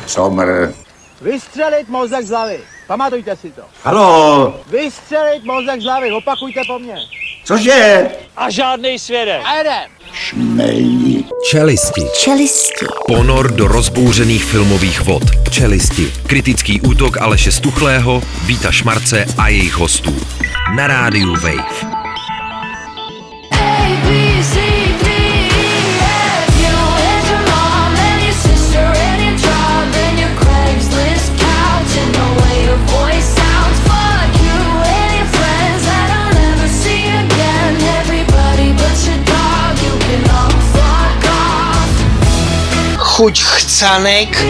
Somr. Vystřelit mozek z hlavy. Pamatujte si to. Haló? Vystřelit mozek z hlavy. Opakujte po mně. Cože? A žádnej svědek. A jedem. Šmelí. Čelisti. Ponor do rozbouřených filmových vod. Čelisti. Kritický útok Aleše Stuchlého, Víta Šmarce a jejich hostů. Na rádiu Wave. Chuť chcanek.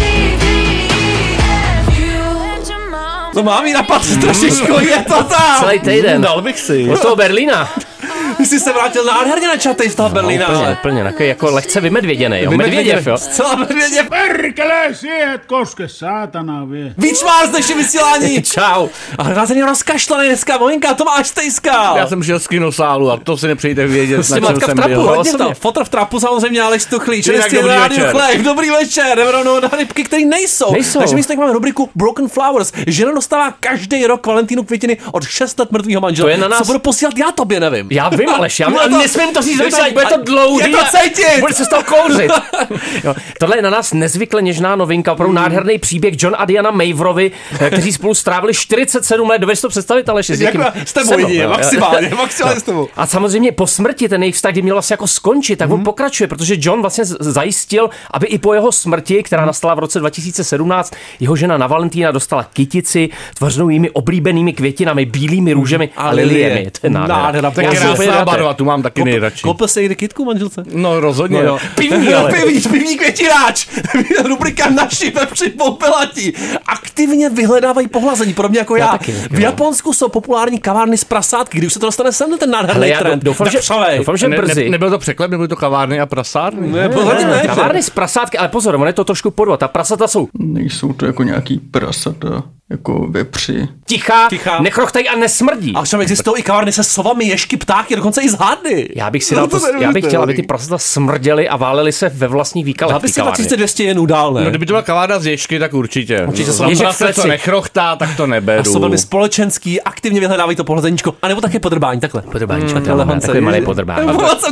No mám jí napad trošičku, je to tam. Celý týden. Dal bych si. Od toho Berlína. Ty jsi se vrátil nádherně načatej z toho Berlína. Úplně, jako lehce vymedvěděnej, jo. Medvěděv, jo. Zcela Medvěděv. Perkele, siehet koske, saatana vie. Víčmár z dnešní vysílání. Čau. A hrázený rozkašlaný dneska, Mohinka, Tomáš Tejskal. Já jsem šel z kinosálu a to si nepřejte vědět, Prostě na čem jsem byl. Hodně to. Fotr v trapu samozřejmě, Aleš Stuchlý. Čerstvě dobrý rádiu večer. Chlév. Dobrý večer. Jdeme rovnou na rybky, které nejsou. Takže my máme rubriku Broken Flowers. Žena dostává každý rok Valentínu květiny od 6 let mrtvýho manžela. To je na nás. Co budu posílat, já tobě nevím. Já vím, Aleš, nesmím to říct, bude to dlouhý. Je to cítit. Bude se z toho kouřit. Jo, tohle je na nás nezvykle něžná novinka, opravdu nádherný příběh John a Diana Maverovi, kteří spolu strávili 47 let. Dovedeš to představit, Aleš? S tebou jedině, maximálně s tebou. A samozřejmě po smrti ten jejich vztah, kdy měl vlastně jako skončit, tak on pokračuje, protože John vlastně zajistil, aby i po jeho smrti, která nastala v roce 2017, jeho žena na Valentína dostala kytici tvořenou jimi oblíbenými květinami, bílými růžemi a liliemi. To je nádhera. Tak krásná barva, tu mám taky nejradši. Koupil jsi někdy kytku manželce? No rozhodně. No, pivní květináč. Rubrika naši pepři popelatí. Aktivně vyhledávají pohlazení, podobně jako já. V Japonsku jsou populární kavárny z prasátky, když se to dostane sem ten nádherný trend. Doufám, že brzy. Nebyl to překlep, nebyly to kavárny a prasárny? Ne. Kavárny z prasátky, ale pozor, on je to trošku podvod. Ta prasata jsou... Nejsou to jako nějaký prasata, jako vepři. Tichá. Nechrochtají a nesmrdí. A všem existují i kavárny se sovami, ježky, ptáky, dokonce i z hady. Já bych chtěl, aby ty prasata smrděly a válely se ve vlastních výkalech. Já bych si 2200 jenů dál, ne? No, kdyby to byla kavárna z ježky, tak určitě. Určitě jsou prase, co nechrochtá, tak to neberu. A jsou velmi společenský, aktivně vyhledávají to pohlezeníčko. A nebo také podrbání, takhle. Podrbáníčko, takový malý podrbání.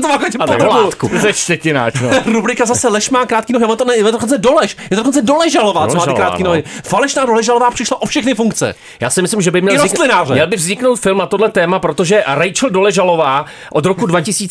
Ze Štětináč, no. Rubrika zase Leš má krátký nohy, je to dokonce dolež. Je to dokonce doležalová, co má ty krátký nohy. Falešná doležalová přišla o všechny funkce. Já si myslím, že by měl by vzniknout film na tohle téma, protože Rachel Doležalová od roku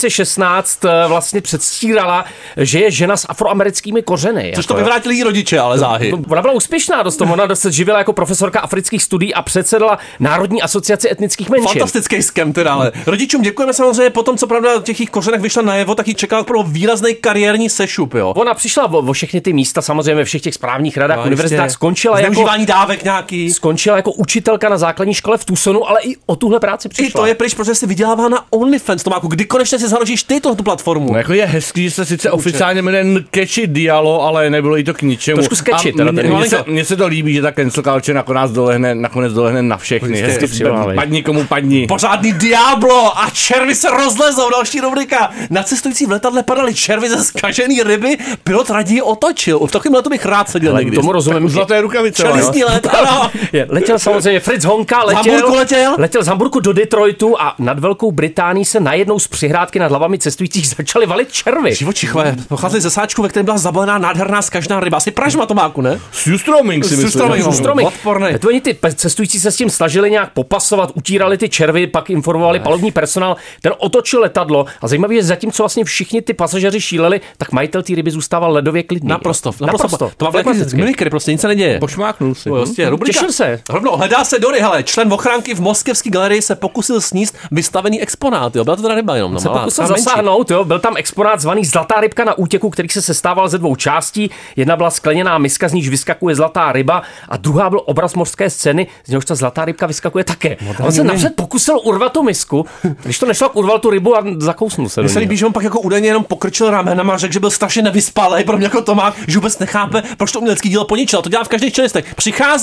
2016 vlastně předstírala, že je žena s afroamerickými kořeny. Což to vyvrátili jí rodiče, ale záhy. Ona byla úspěšná dost, ona se živila jako profesorka afrických studií a předsedala Národní asociaci etnických menšin. Fantastický skem teda, ale rodičům děkujeme samozřejmě potom, co pravda těch jejich kořenech vyšla najevo, tak jí čekal pro výrazný kariérní sešup, jo. Ona přišla o všechny ty místa, samozřejmě ve všech těch správních radách, univerzitách, skončila jako dávek nějaký. Skončila jako učitelka na základní škole v Tucsonu, ale i o tuhle práci přišla. I to je pryč, protože si vydělává na OnlyFans, Tomáku. Kdy konečně si založíš ty tu platformu? No, jako je hezký, že se sice oficiálně jmenuje Nkechi Diallo, ale nebylo jí to k ničemu. Trošku sketchy teda. Mně se to líbí, že ta cancel culture nakonec dolehne na všechny. Hezky padni komu padni. Pořádný Diablo a červy se rozlezou. Další rubrika. Na cestující v letadle padaly červy ze zkažený ryby. Pilot raději otočil. V takovém letu bych rád seděl někdy. Tomu rozumím. Zlaté rukavice. Čelistní let, ano. Letěl samozřejmě Fritz Honka, letěl z Hamburku do Detroitu a nad Velkou Británií se najednou z přihrádky nad hlavami cestujících začaly valit červy. Živočichové pocházeli ze sáčku, ve kterém byla zabalená nádherná zkažená ryba. Asi pražma, Tomáku, ne? Surströmming si myslím. Odporný. To oni ty cestující se s tím snažili nějak popasovat, utírali ty červy, pak informovali palubní personál. Ten otočil letadlo a zajímavé je, že zatímco vlastně všichni ty pasažéři šíleli, tak majitel té ryby zůstával ledově klidný. Naprosto. To má vlastně mimikry, prostě nic se neděje. Pošmáknul si. Těšil se. Rovnou hledá se Dory, hele, člen ochránky v Moskevské galerii se pokusil sníst vystavený exponát, jo. Byla to teda ryba jenom. Se pokusil zasáhnout, jo. Byl tam exponát zvaný Zlatá rybka na útěku, který se sestával ze dvou částí. Jedna byla skleněná miska, z níž vyskakuje zlatá ryba, a druhá byl obraz mořské scény, z něhož ta zlatá rybka vyskakuje také. On se napřed pokusil urvat tu misku, když to nešlo, urval tu rybu a zakousnul se. Mně se líbí, že on pak jako údajně jenom pokrčil ramenama a řekl, že byl strašně nevyspalý, pro mě jako Tomák, že vůbec nechápe, proč to umělecký dílo poničil. To dělá v každých čelistech. Přichází nevyspalý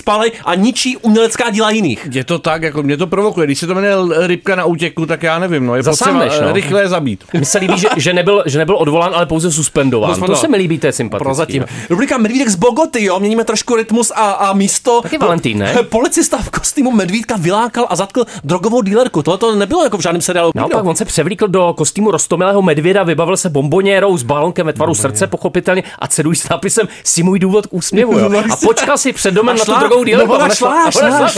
spálej a ničí umělecká díla jiných. Je to tak, jako mě to provokuje. Když se to jmenuje Rybka na útěku, tak já nevím, no, je Zasáhneš, potřeba rychle zabít. Mně se líbí, že nebyl odvolán, ale pouze suspendován. To se mi líbí, to je sympatický. Prozatím. Rubrika Medvídek z Bogoty, jo, měníme trošku rytmus a místo. Taky Valentín, ne? Policista v kostýmu medvídka vylákal a zatkl drogovou dílerku. Tohle to nebylo jako v žádném seriálu. Naopak on se převlíkl do kostýmu roztomilého medvěda, vybavil se bombonierou s balonkem ve tvaru srdce, pochopitelně, a ceduj s nápisem Si můj důvod k úsměvu. Jo. A počkal si před domem na tu drogovou dílerku. Šla.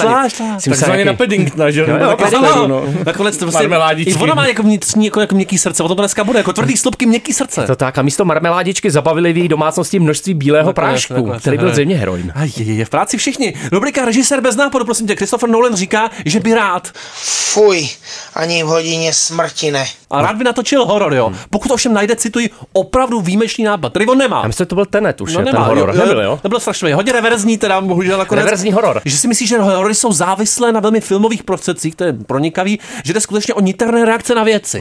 Takzvaně na Paddingtona, že jo? Nakonec to prostě. I ona má jako vnitřní jako měkký srdce, o tom dneska bude, jako tvrdý slupky, měkký srdce. To tak, a místo marmeládičky zabavili v její domácnosti množství bílého prášku, který byl zřejmě heroin. Je v práci všichni. Rubrika Režisér bez nápadu, prosím tě, Christopher Nolan říká, že by rád. Fuj, ani v hodině smrti ne. A rád by natočil horor, jo. Pokud ovšem najde, cituji, opravdu výjimečný nápad, který on nemá. Já myslím, že to byl Tenet už, ten horor. Nebyl, jo? Nebyl strašný, hodně reverzní, teda bohužel nakonec. Reverzní horor. Že si myslíš, že horory jsou závislé na velmi filmových prostředcích, to je pronikavý, že jde skutečně o niterné reakce na věci.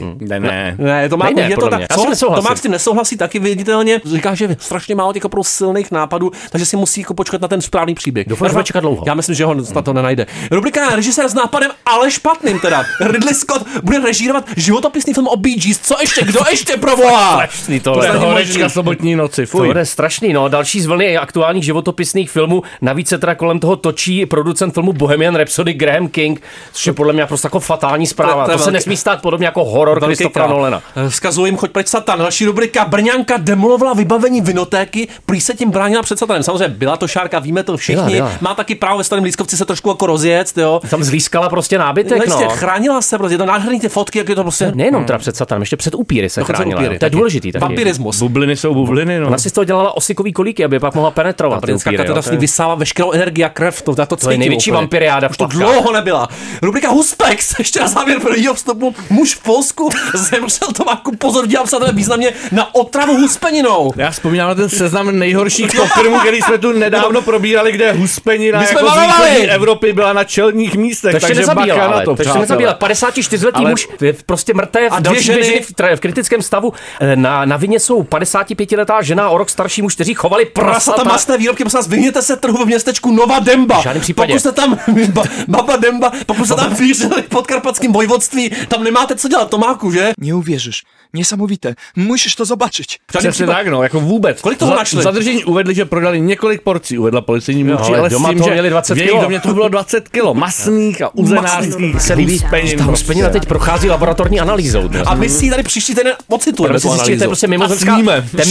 Ne, to má nejde, je to tak. Tomáš s tím nesouhlasí taky viditelně. Říká, že je strašně málo těch opravdu silných nápadů, takže si musí jako počkat na ten správný příběh. Doufám, že bude čekat dlouho. Já myslím, že ho na to nenajde. Rubrika Režisér s nápadem, ale špatným teda. Ridley Scott bude režírovat životopisný film o Bee Gees. Co ještě? Kdo ještě provolá? Strašný tohle. Horečka sobotní noci. Fuj. To je strašný, no. Další z vlny aktuálních životopisných filmů. Navíc se teda kolem toho točí producent filmu Bohemian Rhapsody Graham King, což je podle mě prostě jako fatální zpráva. To se nesmí stát podobně jako horor Christophera Nolana. Vzkazuji jim, choď pryč satan. Další rubrika Brňanka demolovala vybavení vinotéky, prý se tím bránila před satanem. Samozřejmě byla to šárka, víme to všichni. Byla. Má taky právo ve Starém Lískovci se trošku jako rozjet, jo. Tam zlískala prostě nábytek, no. Chránila se prostě, to nádherný ty fotky, jak je to prostě. Nejenom teda před satanem, ještě před upíry se chránila. To je důležitý taky. Vampirismus. Bubliny jsou bubliny, no. Ona si z toho dělala osikový kolíky, aby pak mohla penetrovat ty upíry. Teda s ní vysává veškerou energii a krev, to je největší vampiriáda v to dlouho nebyla. Rubrika Huspex, ještě na závěr prvního vstupu. Muž v Polsku zemřel, Tomáku, pozor, dělám se významně na otravu huspeninou. Já vzpomínám na ten seznam nejhorších pokrmů, který jsme tu nedávno probírali, kde huspenina jako z východní Evropy byla na čelních místech. To ještě nezabíjela, to ještě nezabíjela. 54letý muž je prostě mrtev a další ženy v kritickém stavu. Na vině jsou 55letá žena o rok starší muž, kteří chovali prasata. Masné výrobky, prosím vás, vyhněte se trhu v městečku Nová Demba. V žádném případě. Pokud se tam Baba Demba, pokud se tam vířili v podkarpatském vojvodství, tam nemáte co dělat, Tomáku, že? Neuvěříš. Niesamowite. Musisz to zobaczyć. Přesně tak, no, jako vůbec. Kolik toho našli? Zadržení uvedli, že prodali několik porcí, uvedla policejní mluvčí, ale doma s tím, toho že měli 20 v jejich domě to bylo 20 kilo masných a uzenářských huspenin. Ta huspenina teď prochází laboratorní analýzou. A my si ji tady příští týden ocitujeme. To je prostě mimozemská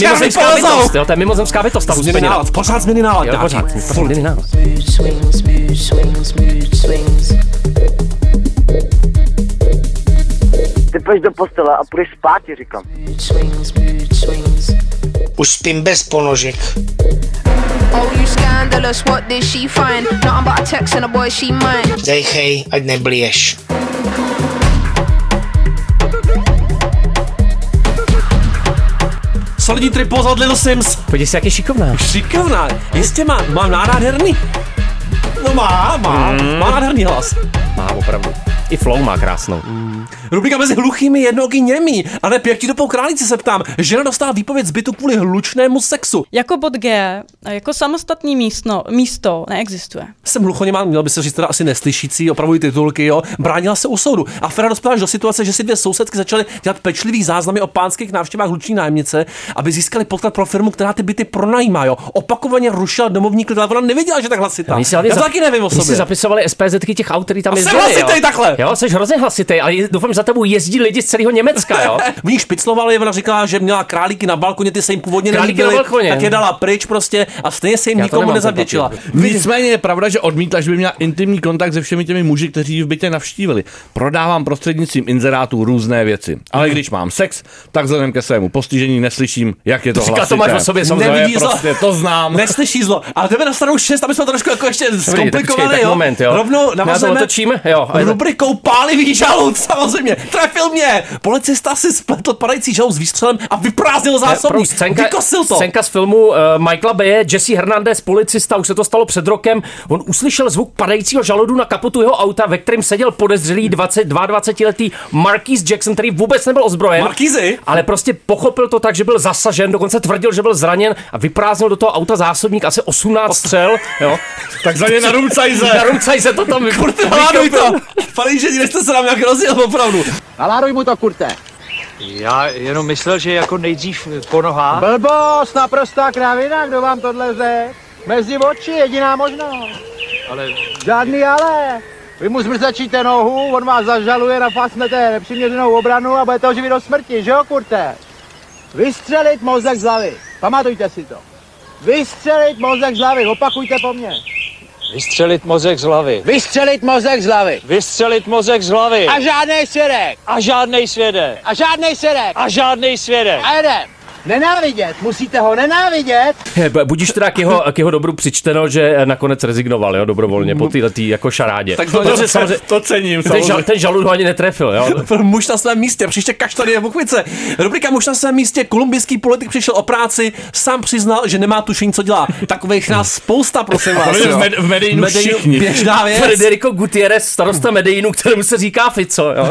bytost. To je mimozemská bytost, ta huspenina. Pořád změny nálad. Pořád změny nálad. Ty půjdeš do postele a půjdeš spát, ti říkám. Už spím bez ponožek. Dejchej, ať nebliješ. Solidní trip pozad Little Sims. Podívej se, jak je šikovná. Šikovná, jistě mám nádherný. No má nádherný hlas. Má opravdu. I flow má krásnou. Rubrika mezi hluchými, jednooky, němí. Ale pěktidopou králíci se ptám. Žena dostala výpověď z bytu kvůli hlučnému sexu. Jako bod G, jako samostatný místo neexistuje. Jsem hluchoněmá, měl by se říct teda asi neslyšící, opravují titulky, jo. Bránila se u soudu. Aféra dospěla až do situace, že si dvě sousedky začaly dělat pečlivý záznamy o pánských návštěvách hluční nájemnice, aby získali podklad pro firmu, která ty byty pronajímá, jo. Opakovaně rušila domovní klid, ale ona nevěděla, že tak hlasitá. Já taky nevím o sobě. Si zapisovali SPZky těch aut, který tam jezdili. Hlasitej takhle. Jo, jsi hrozně hlasitý, ale doufám, že za tebou jezdí lidi z celého Německa, jo. V ní špiclovali, ona říkala, že měla králíky na balkoně, ty se jim původně nelíbily, tak je dala pryč prostě a stejně se jim nikomu nezavděčila. Nicméně je pravda, že odmítla, že by měla intimní kontakt se všemi těmi muži, kteří ji v bytě navštívili. Prodávám prostřednictvím inzerátů různé věci. Ale když mám sex, tak vzhledem ke svému postižení neslyším, jak je to hlasité. To máš o sobě, samozřejmě. Prostě, to znám. Neslyší zlo. Ale jdeme na stranu 6, aby jsme to trošku jako ještě zkomplikovali, jo. Moment, jo. Rovnou navazujeme rubrikou pálivý žalud, samozřejmě. Trefil mě. Policista si spletl padající žalud s výstřelem a vyprázdnil zásobník. Vykosil to. Scénka z filmu Michaela Baye, Jesse Hernandez, policista, už se to stalo před rokem. On uslyšel zvuk padajícího žaludu na kapotu jeho auta, ve kterém seděl podezřelý 22letý Marquise Jackson, který vůbec nebyl ozbrojen. Marquise? Ale prostě pochopil to tak, že byl zasažen, dokonce tvrdil, že byl zraněn a vyprázdnil do toho auta zásobník asi 18 střel, jo. Takzvaně na Rumcajze. Na Rumcajze to tam Kurte, naláduj to. Pane inženýre, jste se nám nějak rozjel opravdu. Naláduj mu to, kurte. Já jenom myslel, že jako nejdřív po nohách. Blbost, naprostá kravina, kdo vám tohle řekl? Mezi oči, jediná možnost. Ale Žádný ale. Vy mu zmrzačíte nohu, on vás zažaluje, napásnete nepřiměřenou obranu a budete ho živit do smrti, že jo, kurte? Vystřelit mozek z hlavy. Pamatujte si to. Vystřelit mozek z hlavy, opakujte po mně. vystřelit mozek z hlavy. Vystřelit mozek z hlavy. Vystřelit mozek z hlavy. A žádnej svědek. A žádnej svědek. A žádnej svědek. A žádnej svědek. A jedem. Nenávidět, musíte ho nenávidět. Budíš teda k jeho dobru přičteno, že nakonec rezignoval, jo, dobrovolně po této jako šarádě. Tak to cením, samozřejmě. Ten žalud ho ani netrefil, jo. Muž na svém místě, příště kaštaný je bukvice. Rubrika Muž na svém místě, kolumbijský politik přišel o práci, sám přiznal, že nemá tušení, co dělá. Takových nás spousta, prosím vás. V Medellínu všichni. Běžná věc. Federico Gutierrez, starosta Medellínu, kterému se říká Fico, jo.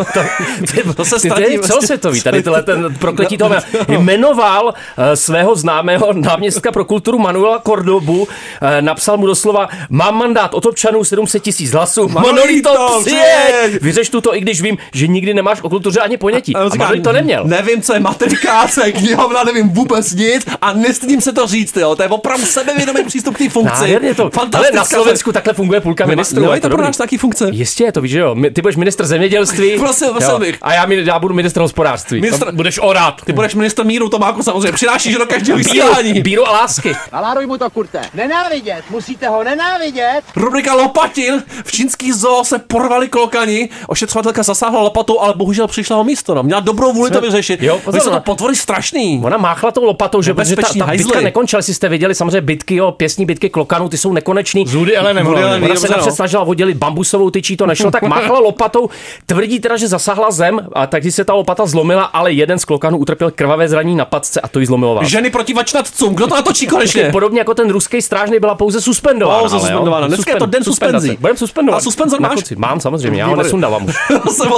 To se ztratí. Celosvětový, tady ten prokletí toho jmenoval svého známého náměstka pro kulturu Manuela Cordobu, napsal mu doslova: mám mandát od občanů 700 000 hlasů. Manolito, přijeď! Vyřeš tu to, i když vím, že nikdy nemáš o kultuře ani ponětí. A Manolito to neměl. Nevím, co je matrikace, knihovna, nevím vůbec nic a nestydím se to říct, jo. To je opravdu sebevědomý přístup k té funkci. Ale na Slovensku takhle funguje půlka ministrů. Je to pro nás taky funkce. Jistě, to víš, že jo. Ty budeš ministr zemědělství. Prosím bych. A já budu ministr hospodářství. Budeš orát. Ty budeš ministr míru, Tomáku, samozřejmě. Přinášíš do každého vysílání. Bíru a lásky. Naláduj mu to, kurte. Nenávidět, musíte ho nenávidět. Rubrika Lopatin. V čínský zoo se porvali klokani. Ošetřovatelka zasáhla lopatou, ale bohužel přišla o místo. No. Měla dobrou vůli to vyřešit. Jo, pozor, jsou to potvory strašný. Ona máchla tou lopatou, že protože ta bitka nekončila, jestli jste viděli, samozřejmě bitky, jo, pěstní bitky klokanů, ty jsou nekonečný. Zudy, ale Ona se napřed snažila oddělit bambusovou tyčí, to nešlo, tak máchla lopatou. Tvrdí teda, že zasáhla zem a takže se ta lopata zlomila, ale jeden z klokanů utrpěl krvavé zranění na patce a to jí zlomilo vás. Ženy proti vačnatcům. Kdo to natočí konečně? Podobně jako ten ruský strážný byla pouze suspendována. Dneska je to den suspenzí. Budeme suspendovat. A suspenzor máš? Mám samozřejmě, já ho nesundávám už.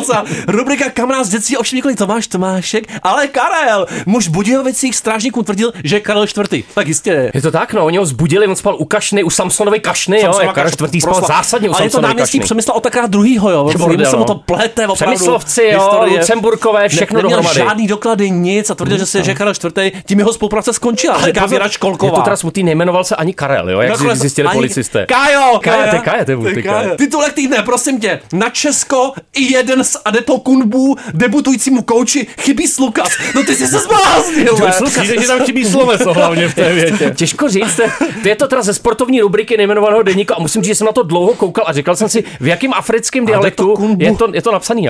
Rubrika Kamarád z dětství, ovšem nikoli Tomášek, ale Karel. Muž v Budějovicích strážníkům tvrdil, že je Karel IV. Tak jistě. Je to tak, no, oni ho zbudili, on spal u Kašny, u Samsonovy Kašny, jo, Karel IV. Spal zásadně u Samsonovy Kašny. Ale je to náměstí Přemysla Otakara druhýho, jo. Se mu to plete, opravdu. Přemyslovci, jo, Lucemburkové, všechno dohromady. Žádný doklady, nic a tvrdil, že je Karel IV. Tím jeho spolupráce skončila. Říká Věra Školková. Je to teda smutný, nejmenoval se ani Karel, jo, jak zjistili policisté. Kájo, Kájo. Titulek týdne, prosím tě. Na Česko i jeden z Adetokunbů debutujícímu kouči chybí Slukas. No ty jsi se zbláznil. Že tam chybí sloveso hlavně v té větě. Těžko říct, to je to teda ze sportovní rubriky nejmenovaného deníku a musím říct, že jsem na to dlouho koukal a říkal jsem si, v jakém africkém dialektu je to napsaný.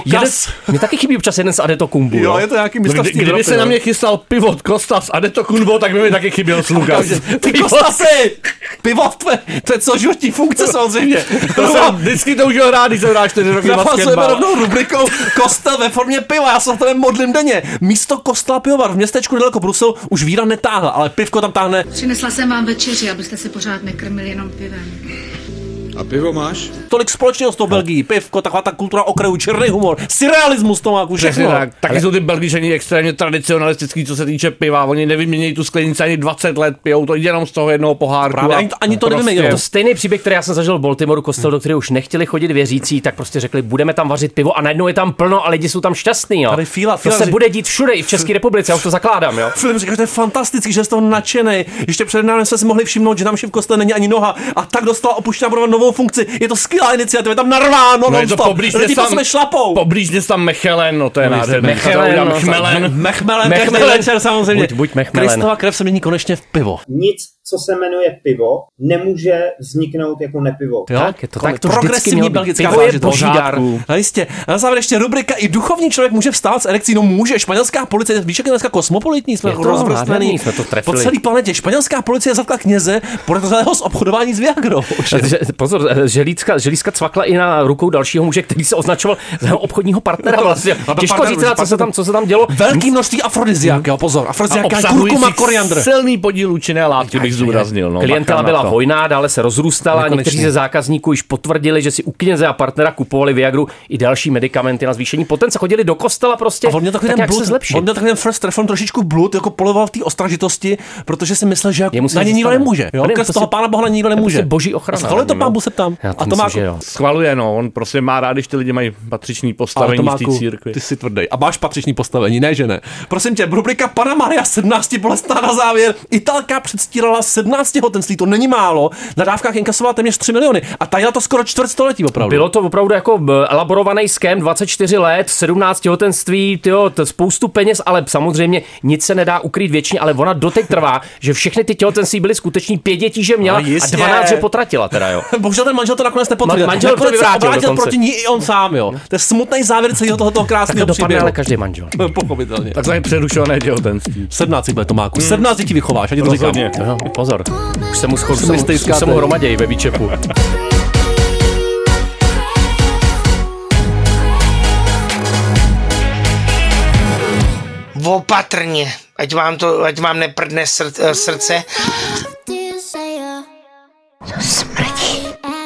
Mně taky chybí občas jeden z Adetokunbů. Jo, je to nějaký mistrovství. Kdyby se na mě chystal pivot Kostas Adetokunbo, tak by mi taky chyběl Slukas. Ty Kostasy! Pivot, to je celoživotní funkce samozřejmě. Vždycky to už hrát, když jsem hrál 4 roky basketbal. Rovnou rubrikou Kostel ve formě piva, já se to modlím denně. Místo kostela pivovar v městečku nedaleko Bruselu už víra netáhla, ale pivko tam táhne. Přinesla jsem vám večeři, abyste se pořád nekrmili jenom pivem. A pivo máš? Tolik společného s tou Belgií, pivko, taková ta kultura okrajů, černý humor, surrealismus, Tomáku, všechno. Taky jsou ty Belgičani extrémně tradicionalistický, co se týče piva. Oni nevymění tu sklenici ani 20 let, pijou to jenom z toho jednoho pohárku. Právě, ani to prostě nevymění. To stejný příběh, který já jsem zažil v Baltimoru, kostel, do kterého už nechtěli chodit věřící, tak prostě řekli, budeme tam vařit pivo a najednou je tam plno a lidi jsou tam šťastní, jo. To se bude dít všude i v České republice, já už to zakládám, jo. Film říká, že to je fantastický, že z toho nadšený. Ještě před námi jsme si mohli všimnout, že tam v kostele není ani noha a tak dostala opuštěná budova novou funkci. Je to skvělá iniciativa, je tam narváno, no je to poblíž tam Mechelen, no to je nádherné. Mechelen, samozřejmě. Buď Mechelen. Kristova krev se mění konečně v pivo. Nic, co se jmenuje pivo, nemůže vzniknout jako nepivo. Jo? Tak, je to tak, to progresivní belgická pivo je boží dar. A jistě. A na závěr ještě rubrika i duchovní člověk může vstávat s erekcí, no může. Španělská policie, víš, jak je dneska kosmopolitní, jsme rozvrstvený. Po celé planetě. Španělská policie zatkla kněze podezřelého z obchodování s Viagrou. Pozor, želízka cvakla i na rukou dalšího muže, který se označoval za obchodního partnera vlastně. Těžko říct, co se tam dělo. Velký množství afrodiziák, jo, pozor. Afrodiziák, kurkuma, koriandr. Silný podíl účinné látky, bych zúraznil. No, klientela byla hojná, dále se rozrůstala, někteří ze zákazníků již potvrdili, že si u kněze a partnera kupovali Viagru i další medikamenty na zvýšení potence, chodili do kostela prostě. A on měl takový ten zlepšit. On měl takový ten first reform trošičku blud, jako poloval v té ostražitosti, protože si myslel, že na ně nikdo nemůže. Jo? Z toho Pána Boha nikdo nemůže. Boží ochrana. Schvaluje to Pán Bůh se tam. A to má schvaluje, no. On prostě má rád, když ty lidi mají patřičný postavení v té církvi. Ty si tvrdej. A máš patřičný postavení, ne že ne. Prosím tě, rubrika Panna Maria 17 bolestná na závěr. Italka předstírala 17 hotenství, to není málo. Na dávkách inkasovala téměř 3 miliony a tajila to skoro čtvrtstoletí opravdu. Bylo to opravdu jako elaborovaný ském, 24 let, 17 hotenství, spoustu peněz, ale samozřejmě nic se nedá ukrýt věčně, ale ona doteď trvá, že všechny ty těhotenství byly skuteční, 5 dětí, že měla a 12, že potratila teda, jo. Bohužel ten manžel to nakonec nepotvrdil. Manžel to vyvrátil proti ní i on sám, jo. To je smutný závěr celého tohoto krásného příběhu. Ale každý manžel. Pochopitelně. Takzvané přerušované těhotenství. 17 bude Tomáku. 17 dětí vychováš, ať to říkám. No, pozor. Už se mu hromadějí ve výčepu. Opatrně, ať vám neprdne srdce. To smrdí.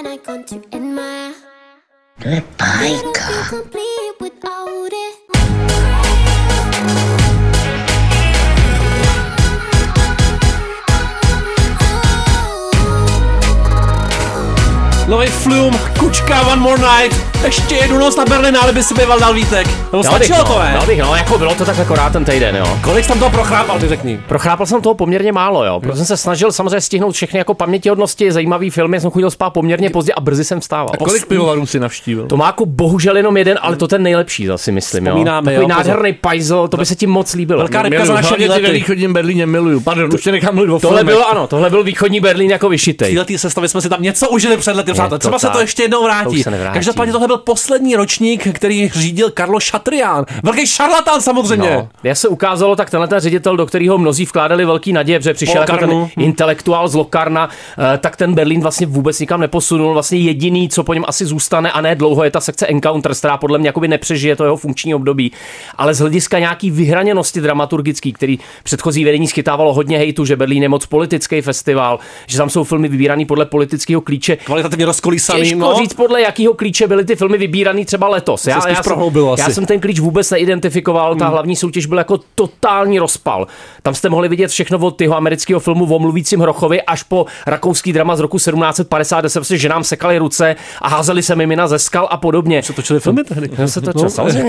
To je bajka. Nový Flume, Kučka, One More Night, ještě jednu noc na Berlín, ale by si býval dal Vítek. Nebo stačilo to, ne? Jako bylo to tak akorát ten týden, jo. Kolik jsi tam toho prochrápal, ty řekni? Prochrápal jsem toho poměrně málo, jo. Protože jsem se snažil samozřejmě stihnout všechny jako pamětihodnosti, zajímavý filmy, jsem chodil spát poměrně pozdě a brzy jsem vstával. A kolik pivovarů si navštívil? Tomáku bohužel jenom jeden, ale to ten nejlepší zase myslím, jo. Takový nádherný pajzel, to by se ti moc líbilo. Velká rybka za naše výlety. Ve východním Berlíně miluju. Pardon, už tě nechám mluvit o tohle bylo, ano, tohle byl východní Berlín jako vyšitej. Týhletý sestavě jsme si tam něco užili před lety, přátelé. Třeba se to ještě jednou vrátí. Každopádně tohle byl poslední ročník, který řídil Carlo Chatrian. Velký šarlatán samozřejmě. No, jak se ukázalo, tak tenhle ten ředitel, do kterého mnozí vkládali velký naděje, protože přišel jako ten intelektuál z Locarna, tak ten Berlín vlastně vůbec nikam neposunul. Vlastně jediný, co po něm asi zůstane a ne dlouho, je ta sekce Encounters, která podle mě jakoby nepřežije to jeho funkční období. Ale z hlediska nějaký vyhraněnosti dramaturgický, který předchozí vedení schytávalo hodně hejtu, že Berlín je moc politický festival, že tam jsou filmy vybíraný podle politického klíče. Kvalitativně rozkolísaný. Těžko říct, podle jakého klíče byly ty filmy vybíraný třeba letos. Já jsem ten klíč vůbec neidentifikoval, ta hlavní soutěž byla jako totální rozpal. Tam jste mohli vidět všechno od jeho amerického filmu o mluvícím Hrochovi až po rakouský drama z roku 1750, kde se ženám sekaly ruce a házeli se mimina ze skal a podobně. Se točili filmy tehdy? Se točil, samozřejmě.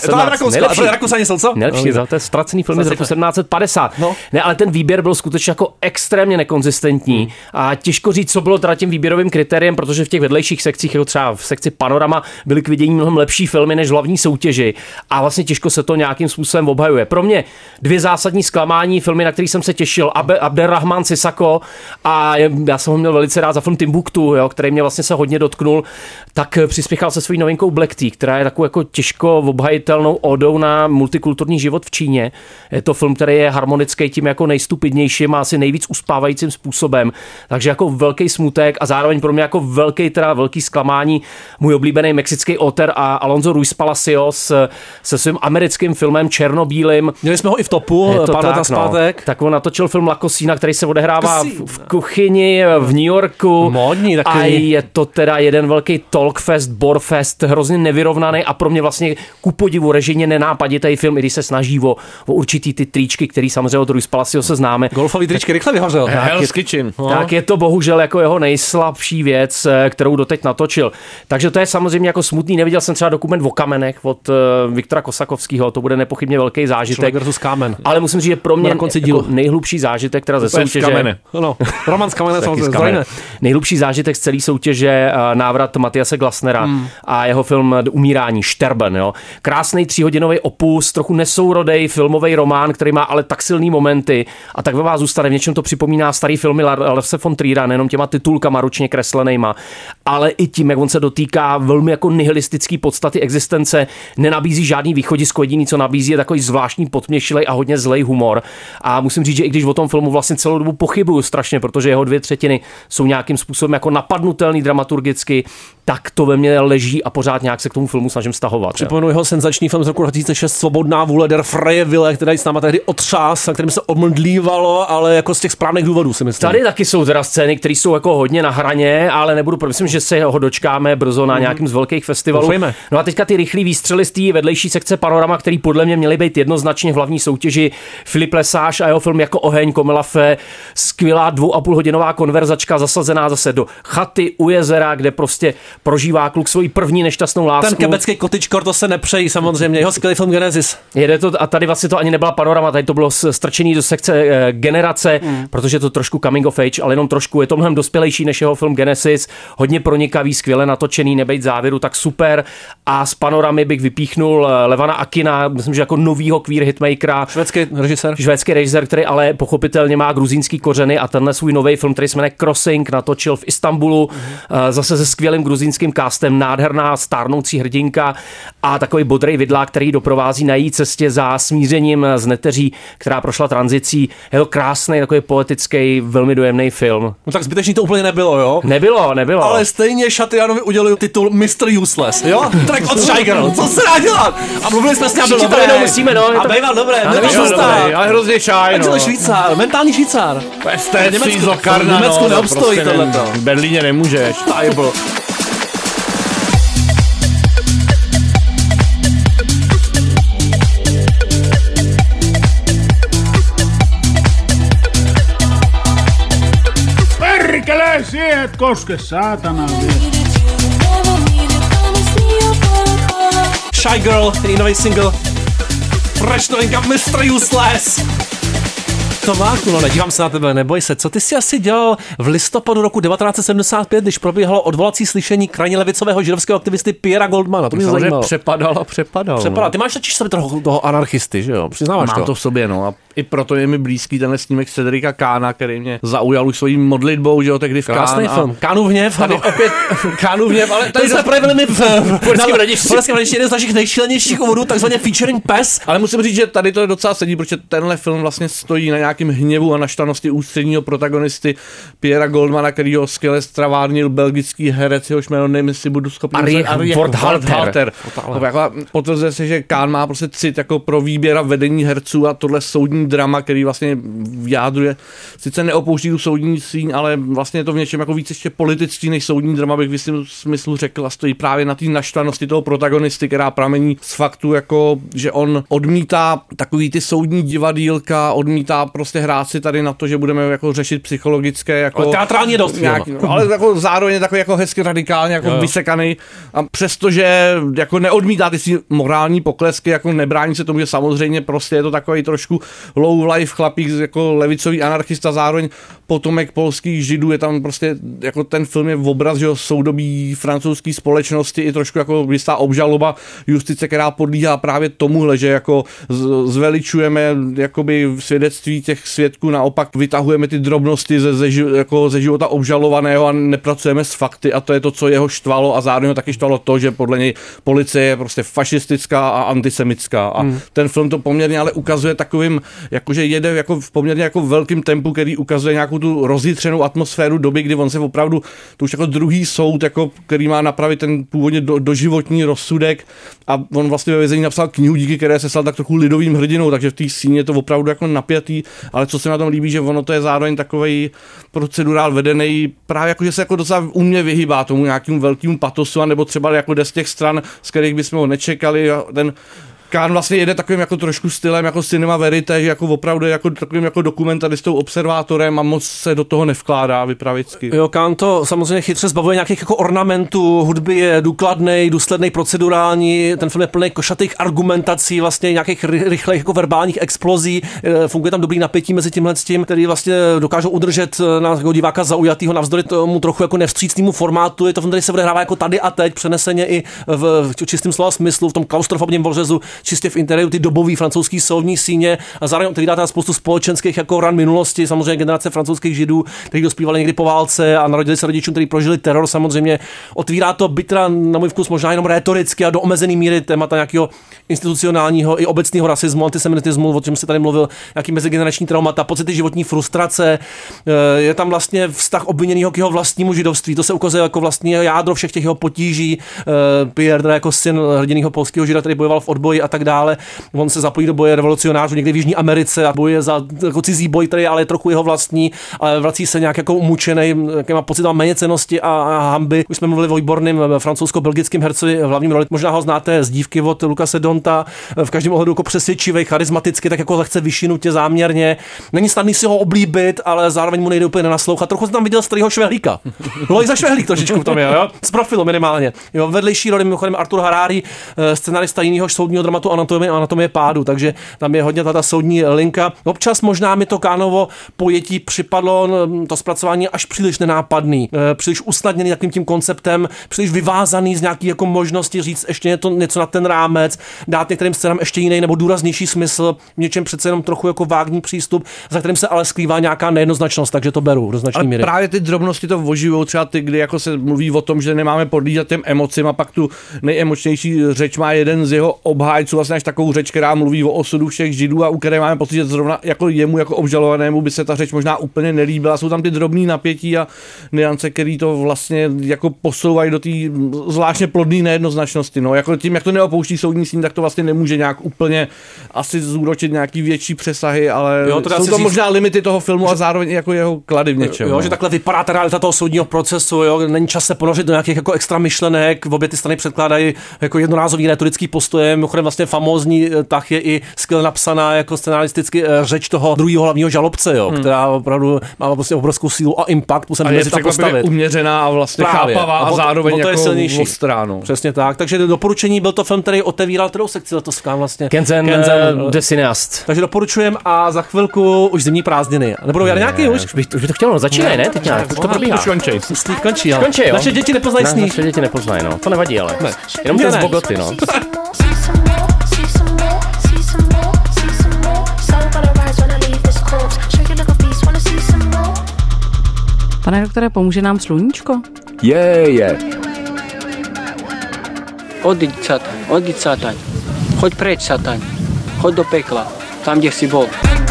Nejlepší, to je ztracený film z roku 1750. Ne, ale ten výběr byl skutečně jako extrémně nekonzistentní a těžko říct, co bylo teda tím výběrovým kritériem, protože v těch vedlejších sekcích, jako třeba v sekci Panorama, byly k vidění mnohem lepší filmy než v hlavní soutěži a vlastně těžko se to nějakým způsobem obhajuje. Pro mě 2 zásadní zklamání, filmy, na který jsem se těšil, Abderrahman Sissako a já jsem ho měl velice rád za film Timbuktu, jo, který mě vlastně se hodně dotknul, tak přispěchal se svojí novinkou Black Tea, která je takovou jako těžko obhajitelnou odou na multikulturní život v Číně. Je to film, který je harmonický tím jako nejstupidnějším a asi nejvíc uspávajícím způsobem. Takže jako velký smutek a zároveň pro mě jako velký zklamání můj oblíbený mexický autor a Alonso Ruiz Palacios se svým americkým filmem Černobílým. Měli jsme ho i v topu, pár let zpátek. Tak on natočil film La Cocina, který se odehrává v kuchyni v New Yorku. Módní taky. A je to teda jeden velký talkfest, borefest, hrozně nevyrovnaný a pro mě vlastně ku podivu režijně nenápaditý film, i když se snaží o určitý ty tričky, který samozřejmě od Ruiz Palacios se známe. Golfový tričky rychle vyhořel. Hell's Kitchen. Tak je to bohužel jako jeho nejslabší věc, kterou doteď natočil. Takže to je samozřejmě jako smutný. Neviděl jsem třeba dokument o kamenech od Viktora Kosakovského, to bude nepochybně velký zážitek. Kámen. Ale musím říct, že pro mě jako nejhlubší zážitek teda ze soutěže. No, Roman z Kamene samozřejmě. Nejhlubší zážitek z celé soutěže návrat Matiase Glasnera a jeho film Umírání, Sterben, jo. Krásný 3hodinový opus, trochu nesourodej filmový román, který má ale tak silný momenty a tak ve vás zůstane. V něčem to připomíná starý filmy Larse von Triera, nejenom těma titulkama ručně kreslenejma, ale i tím, jak on se dotýká velmi jako nihilistický podstaty existence, nenabízí žádný východisko, jediný, co nabízí, je takový zvláštní podměšilej a hodně zlej humor. A musím říct, že i když o tom filmu vlastně celou dobu pochybuju strašně, protože jeho 2/3 jsou nějakým způsobem jako napadnutelný dramaturgicky, tak to ve mně leží a pořád nějak se k tomu filmu snažím stahovat. Připomenu jeho senzační film z roku 2006 Svobodná vůle Der freie Wille, který s náma tehdy otřás, a kterým se omdlívalo, ale jako z těch správných důvodů, si myslím. Tady taky jsou teda scény, které jsou jako hodně na hraně, ale myslím, že se ho dočkáme brzo na nějakým z velkých festivalů. Doufejme. No a teďka ty rychlý výstřely z té vedlejší sekce Panorama, který podle mě měly být jednoznačně v hlavní soutěži. Filip Lesage a jeho film Jako oheň, Komilafé, skvělá 2,5hodinová konverzačka zasazená zase do chaty u jezera, kde prostě prožívá kluk svoji první nešťastnou lásku. Ten kebecký cottagecore, to se nepřejí samozřejmě, jeho skvělý film Genesis. Jede to, a tady vlastně to ani nebyla Panorama, tady to bylo strčený do sekce generace, protože je to trošku coming of age, ale jenom trošku, je to mnohem dospělejší než jeho film Genesis, hodně pronikavý, skvěle natočený, nebejt závěru, tak super. A z Panoramy bych vypíchnul Levana Akina, myslím, že jako novýho queer hitmakera. Švédský režisér, který ale pochopitelně má gruzínský kořeny a tenhle svůj nový film, který se jmenuje Crossing, natočil v Istanbulu, zase se skvělým gruzínským castem, nádherná stárnoucí hrdinka a takový bodrej vidlák, který doprovází na její cestě za smířením s neteří, která prošla tranzicí. Je to krásný, takový poetický, velmi dojemný film. No tak zbytečný to úplně nebylo, jo? Nebylo. Ale stejně Šatyánovi udělili titul Mr. Useless, jo? Track od Shy Girl, co se dá dělat? A mluvili jsme s ním, bylo dobré. Musíme, no. A býval dobré, ale hrozně šaj, no. Švýcar, mentální Švýcar. Estécí zokarna, v Německu neobstojí tohleto. V Berlíně nemůžeš. Tajbl. Perkele, siihen et koske, saatana vielä. Shy Girl, který nový single. Fresh novinka Mr. Useless. Tomáku, no nedívám se na tebe, neboj se. Co ty jsi asi dělal v listopadu roku 1975, když probíhalo odvolací slyšení krajně levicového židovského aktivisty Piera Goldmana? To mě zajímalo. Přepadal. Ty máš totiž sobě toho anarchisty, že jo? Přiznáváš to? Mám to v sobě, no. A i proto je mi blízký tenhle snímek Cedrika Kána, který mě zaujal už svojí modlitbou, že jo, tehdy v Kán. Krásný film. Kánův hněv. Tady opět Kánův hněv, ale tady jsme projevili my v Polském radišti jeden z našich nejšílenějších úvodů, takzvaně featuring pes. Ale musím říct, že tady to je docela sedí, protože tenhle film vlastně stojí na nějakým hněvu a naštvanosti ústředního protagonisty Piera Goldmana, který ho skvěle stravárnil belgický herec, jehož jméno nevím, jestli budu schopný Halter. Potvrzuje se, že Kán má prostě cit jako pro výběr a vedení herců a tohle soudní drama, který vlastně vyjádřuje, sice neopouští tu soudní síň, ale vlastně je to v něčem jako víc ještě politický než soudní drama, bych v jistém smyslu řekl, a stojí právě na té naštvanosti toho protagonisty, která pramení z faktu, jako že on odmítá takový ty soudní divadýlka, odmítá prostě hrát si tady na to, že budeme jako řešit psychologické jako ale teatrálně dost ale jako zároveň takový jako hezky radikálně jako vysekaný, a přestože jako neodmítá ty si morální poklesky, jako nebrání se tomu, že samozřejmě prostě je to takový trošku low life chlapík, jako levicový anarchista, zároveň potomek polských židů, je tam prostě jako ten film je obraz, že soudobí francouzské společnosti, i trošku jako jistá obžaloba justice, která podlíhá právě tomuhle, že jako zveličujeme jakoby svědectví těch svědků, naopak vytahujeme ty drobnosti ze života obžalovaného a nepracujeme s fakty, a to je to, co jeho štvalo, a zároveň taky štvalo to, že podle něj policie je prostě fašistická a antisemitská. A ten film to poměrně ale ukazuje takovým, jakože jede jako v poměrně jako velkým tempu, který ukazuje nějakou tu rozjitřenou atmosféru doby, kdy on se opravdu, to už jako druhý soud, jako, který má napravit ten původně doživotní rozsudek, a on vlastně ve vězení napsal knihu, díky které se stal tak trochu lidovým hrdinou, takže v té síně je to opravdu jako napjatý, ale co se na tom líbí, že ono to je zároveň takovej procedurál vedený, právě jako, že se jako docela umě vyhýbá tomu nějakému velkému patosu, nebo třeba jako jde z těch stran, z kterých bychom ho nečekali, a ten Kán vlastně jede takovým jako trošku stylem jako cinema verite, že jako opravdu jako takovým jako dokumentaristou, observátorem, a moc se do toho nevkládá vypravicky. Jo, Kán to samozřejmě chytře zbavuje nějakých jako ornamentů, hudby je důkladnej, důslednej, procedurální, ten film je plný košatých argumentací, vlastně nějakých rychlých jako verbálních explozí, funguje tam dobrý napětí mezi tímhle s tím, který vlastně dokážou udržet na diváka zaujatýho navzdory tomu trochu jako nevstřícnému formátu. Je to film, který se odehrává jako tady a teď, přeneseně i v čistém slova smyslu, v tom klaustrofobním vořezu, čistě v interiéru ty dobové francouzské soudní síně a zároveň otevírá tam spoustu společenských jako ran minulosti, samozřejmě generace francouzských Židů, kteří dospívali někdy po válce a narodili se rodičům, kteří prožili teror, samozřejmě. Otvírá to bytra na můj vkus možná jenom rétoricky a do omezené míry témata nějakého institucionálního i obecného rasismu, antisemitismu, o čem se tady mluvil, jaký mezigenerační traumata, pocity životní frustrace. Je tam vlastně vztah obviněného k jeho vlastnímu židovství. To se ukazuje jako vlastně jádro všech těch jeho potíží. Pierre jako syn hrdinného polského žida, který bojoval v odboji a tak dále. On se zapojí do boje revolucionářů někde v Jižní Americe a bojuje za jako cizí boj, který ale je trochu jeho vlastní, ale vrací se nějak jako umučený, jakýma pocitama méněcennosti a hanby. Už jsme mluvili o výborným francouzsko-belgickém herci v hlavním roli. Možná ho znáte z Dívky od Lucase Donta. V každém ohledu jako přesvědčivý, charismaticky, tak jako lehce vyšinutě záměrně. Není snadný si ho oblíbit, ale zároveň mu nejde úplně nenaslouchat. Trochu jsem tam viděl starého Švehlíka. Lojza Švehlík trošičku v tom je, jo? Z profilu minimálně. Jo, vedlejší roli mimochodem Artur Harari, scenarista jiného soudního dramatu Anatomie pádu, takže tam je hodně ta soudní linka. Občas možná mi to Kánovo pojetí připadlo, to zpracování až příliš nenápadný, příliš usnadněný takovým tím konceptem, příliš vyvázaný z nějaký jako možnosti říct ještě něco na ten rámec, dát některým scénám ještě jiný nebo důraznější smysl, v něčem přece jenom trochu jako vágní přístup, za kterým se ale skrývá nějaká nejednoznačnost, takže to beru do značné míry. Právě ty drobnosti to oživujou, třeba ty, kdy jako se mluví o tom, že nemáme podlížet těm emocím a pak tu nejemočnější řeč má jeden z jeho obhájců, vlastně až takovou řeč, která mluví o osudu všech Židů a u které máme pocit, že zrovna jako jemu jako obžalovanému by se ta řeč možná úplně nelíbila. Jsou tam ty drobný napětí a nuance, který to vlastně jako posouvají do té zvláštně plodné nejednoznačnosti. No, jako tím, jak to neopouští soudní síň, tak to vlastně nemůže nějak úplně asi zúročit nějaký větší přesahy, ale jo, jsou to možná limity toho filmu a zároveň jako jeho klady v něčem. Jo, že takhle vypadá ta realita toho soudního procesu, jo, není čas se ponořit do nějakých jako extra myšlenek, v obě ty strany předkládají jako jednorázový rétorický postoje, mimochodem vlastně famózní tah je i skvěle napsaná jako scenaristicky řeč toho druhého hlavního žalobce, jo, která opravdu má vlastně obrovskou sílu a impact, musím mezi tam postavit. Uměřená a vlastně chápavá a zároveň jako ostrá. Přesně tak. Takže doporučení, byl to film, který otevíral kterou sekci letos vlastně. Kenzen the Cineast. Takže doporučujem a za chvilku už zimní prázdniny. Nebudou jary nějaký už? Už by to chtělo, začínají, ne? Teď nějak, už to probíhá. Končí, jo. Naše děti nepoznají sníh. Naše děti nepoznají, no. To nevadí, ale. Ne. Jenom ten z Bogoty, no. Pane doktore, pomůže nám sluníčko? Je. Odjď satan. Choď preč, satan. Choď do pekla, tam, kde jsi bol.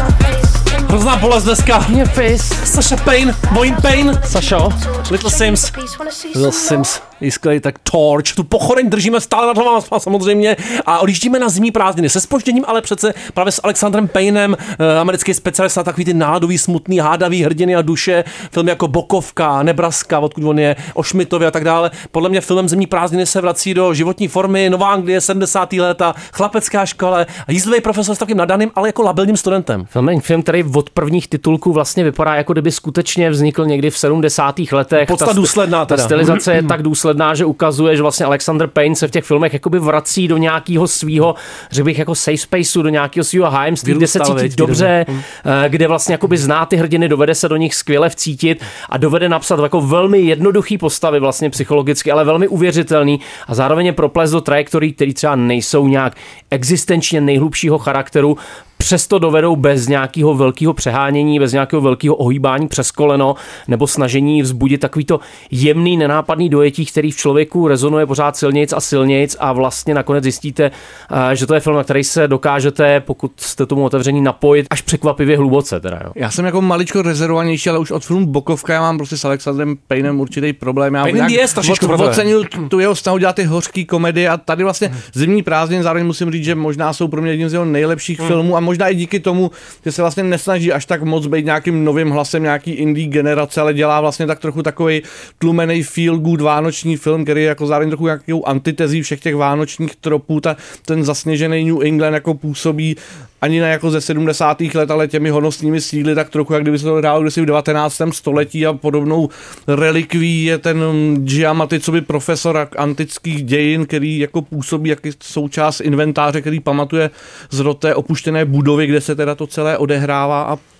Hrozná bolest dneska. Mě face. Sasha Payne, Moin Payne. Sašo. Little Sims. Little Sims. Jiskli tak Torch. Tu pochodeň držíme stále nad hlavou samozřejmě a odjíždíme na zimní prázdniny se zpožděním, ale přece právě s Alexandrem Paynem, americký specialista, takový ty náladový, smutný, hádavý hrdiny a duše, filmy jako Bokovka, Nebraska, odkud on je, o Schmidtově a tak dále. Podle mě filmem Zimní prázdniny se vrací do životní formy, Nová Anglie, 70. léta, chlapecká škola a jízdlivý profesor s takovým nadaným, ale jako labilním studentem. Film, který od prvních titulků vlastně vypadá, jako kdyby skutečně vznikl někdy v 70. letech. Podsta důsledná teda. Ta stylizace je tak důsledná, že ukazuje, že vlastně Alexander Payne se v těch filmech jakoby vrací do nějakého svýho, řekl bych, jako safe spaceu, do nějakého svýho hájemství, kde se cítí dobře, kde vlastně jakoby zná ty hrdiny, dovede se do nich skvěle vcítit a dovede napsat jako velmi jednoduchý postavy vlastně psychologicky, ale velmi uvěřitelný a zároveň je proples do trajektorií, které třeba nejsou nějak existenčně nejhlubšího charakteru, přesto dovedou bez nějakého velkého přehánění, bez nějakého velkého ohýbání přes koleno nebo snažení vzbudit takovýto jemný, nenápadný dojetí, který v člověku rezonuje pořád silnějc a silnějc a vlastně nakonec zjistíte, že to je film, na který se dokážete, pokud jste tomu otevření, napojit až překvapivě hluboce. Teda, jo. Já jsem jako maličko rezervovanější, ale už od filmu Bokovka já mám prostě s Alexandrem Paynem určitý problém. Já oceňuju tu jeho snahu dělat ty hořký komedie a tady vlastně Zimní prázdniny, zároveň musím říct, že možná jsou pro mě jedním z jeho nejlepších filmů a možná i díky tomu, že se vlastně nesnaží až tak moc být nějakým novým hlasem nějaký indie generace, ale dělá vlastně tak trochu takový tlumený feel good vánoční film, který je jako zároveň trochu nějakou antitezí všech těch vánočních tropů. Ten zasněžený New England jako působí ani ne jako ze 70. let, ale těmi honosnými síly, tak trochu, jak kdyby se to hrálo kdysi v 19. století a podobnou relikví je ten Giamatticovi profesor antických dějin, který jako působí jako součást inventáře, který pamatuje z té opuštěné budovy, kde se teda to celé odehrává a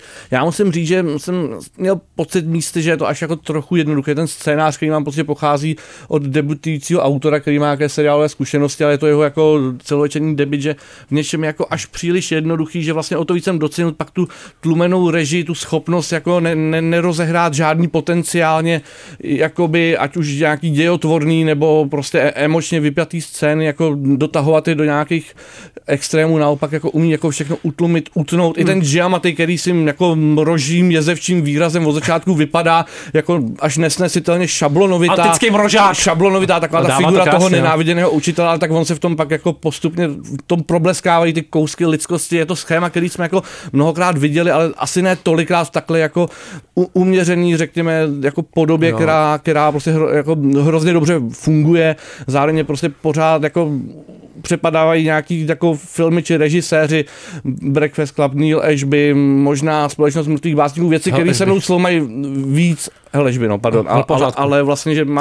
Já musím říct, že jsem měl pocit místy, že je to až jako trochu jednoduché. Ten scénář, který mám pocit, pochází od debutujícího autora, který má nějaké seriálové zkušenosti, ale je to jeho jako celovečerní debut, že v něčem jako až příliš jednoduchý, že vlastně o to víc jsem docenil pak tu tlumenou režii, tu schopnost jako nerozehrát žádný potenciálně jakoby ať už nějaký dějotvorný nebo prostě emočně vypjatý scény, jako dotahovat je do nějakých extrémů, naopak jako umí jako všechno utlumit, utnout. I ten Giamatti, který si jako rožím jezevčím výrazem od začátku vypadá jako až nesnesitelně šablonovitá. Antický mrožák. Šablonovitá taková ta figura toho nenáviděného učitele, ale tak on se v tom pak jako postupně v tom probleskávají ty kousky lidskosti. Je to schéma, který jsme jako mnohokrát viděli, ale asi ne tolikrát takhle jako uměřený, řekněme, jako podobě, která prostě jako hrozně dobře funguje. Zároveň je prostě pořád jako přepadávají nějaký jako filmy či režiséři, Breakfast Club, Neil Ashby, možná Společnost mrtvých básníků, věci, které se mnou mají víc Helešby, no, pardon, ale vlastně, že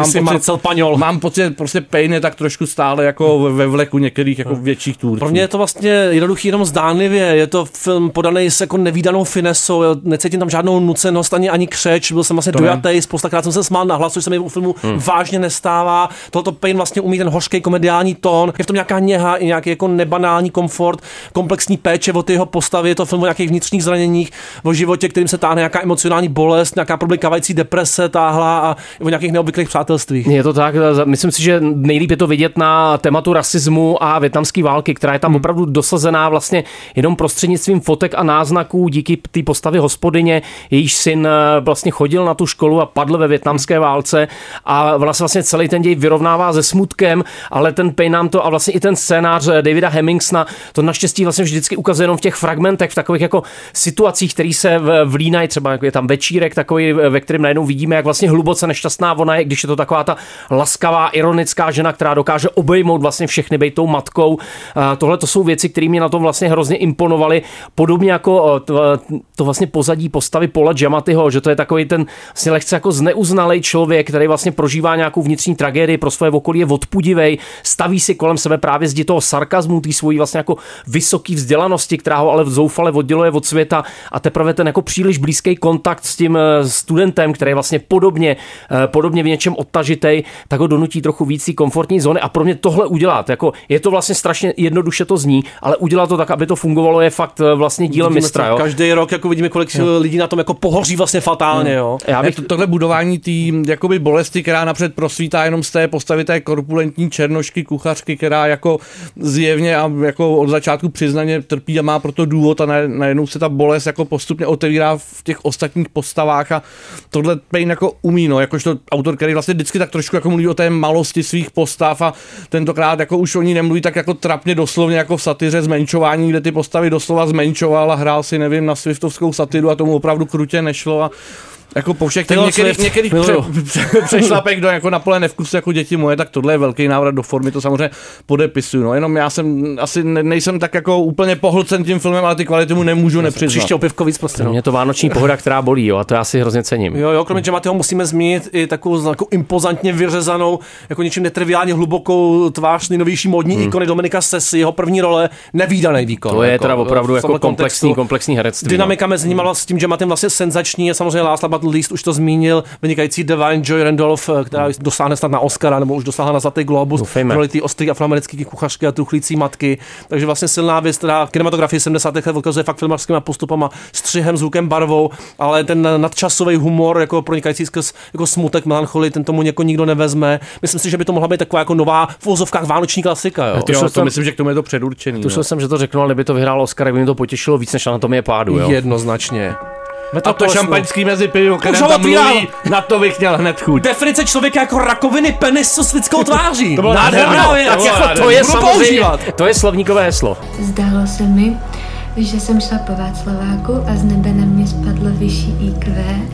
mám pocit, prostě Payne je tak trošku stále jako ve vleku některých jako větších tvůrců. Pro mě je to vlastně jednoduchý jenom zdánlivě, je to film podaný s jako nevídanou finesou, necítím tam žádnou nucenost, ani křeč, byl jsem vlastně dojatý, spoustakrát jsem se smál na hlas, což se mi u filmu vážně nestává. Tohoto Payne vlastně umí ten hořký komediální tón, je v tom nějaká něha i nějaký jako nebanální komfort, komplexní péče o ty jeho postavy, je to film o nějakých vnitřních zraněních, o životě, kterým se táhne nějaká emocionální bolest, nějaká problékávající deprese táhla a o nějakých neobvyklých přátelstvích. Je to tak, myslím si, že nejlíp je to vidět na tématu rasismu a vietnamské války, která je tam opravdu dosazená vlastně jenom prostřednictvím fotek a náznaků díky té postavě hospodyně, jejíž syn vlastně chodil na tu školu a padl ve vietnamské válce a vlastně celý ten děj vyrovnává se smutkem, ale ten Payne nám to a vlastně i ten scénář Davida Hemmingsona to naštěstí vlastně vždycky ukazuje jenom v těch fragmentech, v takových jako situacích, které se vlínají, třeba jako je tam večírek takový, ve kterém najednou vidíme, jak vlastně hluboce nešťastná ona je, když je to taková ta laskavá, ironická žena, která dokáže obejmout vlastně všechny, být tou matkou. Tohle to jsou věci, které mě na tom vlastně hrozně imponovaly. Podobně jako to vlastně pozadí postavy Paula Giamattiho, že to je takový ten vlastně lehce jako zneuznalej člověk, který vlastně prožívá nějakou vnitřní tragédii, pro svoje okolí je odpudivej, staví si kolem sebe právě zdi toho sarkazmu, té svojí vlastně jako vysoký vzdělanosti, která ho ale zoufale odděluje od světa a teprve ten jako příliš blízký kontakt s tím studentem, který je vlastně podobně v něčem odtažitej, tak ho donutí trochu víc té komfortní zóny a pro mě tohle udělat, jako je to vlastně strašně jednoduše to zní, ale udělat to tak, aby to fungovalo, je fakt vlastně dílem mistra, jo. Každý rok jako vidíme, kolik lidí na tom jako pohoří vlastně fatálně, jo. Já bych tohle budování té jakoby bolesti, která napřed prosvítá jenom z té postavy té korpulentní černošky kuchařky, která jako zjevně a jako od začátku přiznaně trpí a má proto důvod a najednou se ta bolest jako postupně otevírá v těch ostatních postavách a tohle Payne jako umí, no, jakožto autor, který vlastně vždycky tak trošku jako mluví o té malosti svých postav a tentokrát jako už o ní nemluví tak jako trapně doslovně jako v satyře zmenšování, kde ty postavy doslova zmenšoval a hrál si, nevím, na swiftovskou satyru a tomu opravdu krutě nešlo a jako po všech těch některých přešlapek do jako na pole nevkusu jako děti moje, tak tohle je velký návrat do formy, to samozřejmě podepisuju. No, jenom já jsem asi nejsem tak jako úplně pohlcen tím filmem, ale ty kvality mu nemůžu nepřiznat. Příště opivko víc prostě. Mě to vánoční pohoda, která bolí, jo, a to já si hrozně cením. Jo, kromě Giamattiho musíme zmínit i takovou impozantně vyřezanou, jako něčím netriviálně hlubokou tvář nejnovější modní ikony Dominika Sessy, jeho první role, nevídaný výkon. To je teda opravdu jako komplexní herectví. Dynamika mezi nimi s tím Giamattim vlastně senzační, a samozřejmě Last but not least už to zmínil, vynikající Divine Joy Randolph, která dosáhne snad na Oscara, nebo už dosáhla na Zlatý globus, roli té ostrý afroamerické kuchařky a truchlící matky. Takže vlastně silná věc, která kinematografii 70. let ukazuje fakt filmařskýma postupama, střihem, zvukem, barvou, ale ten nadčasový humor, jako pronikající skrz jako smutek, melancholii, ten tomu jako nikdo nevezme. Myslím si, že by to mohla být taková jako nová v uvozovkách vánoční klasika. Jo? To myslím, že k tomu je to předurčený. Tušil jsem, že to řeknu, ale kdyby to vyhrálo Oscar, by mi to potěšilo víc než Anatomie pádu. Jo? Jednoznačně. A to šampaňský mezi pivo, které tam mluví, na to bych měl hned chuť. Definice člověka jako rakoviny penisu s lidskou tváří. To bylo nádherná věc. To je samozřejmě, to je slovníkové heslo. Zdálo se mi, že jsem šla po Václaváku a z nebe na mě spadlo vyšší IQ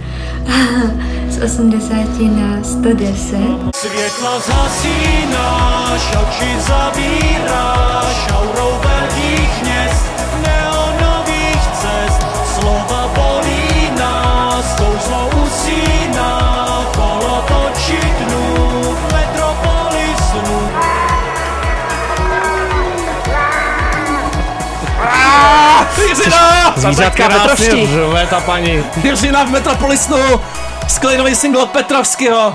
z 80 na 110. Světla zhasínáš, oči zavíráš, aurou velkých měst, neonových cest, slova bolí nás, kouzlo usíná, kolo točí dnů, v metropoli snů. Jiřina! Zvířátka Petrovští. Řve ta paní. Jiřina v Metropolisnu. Sklenový single od Petrovského.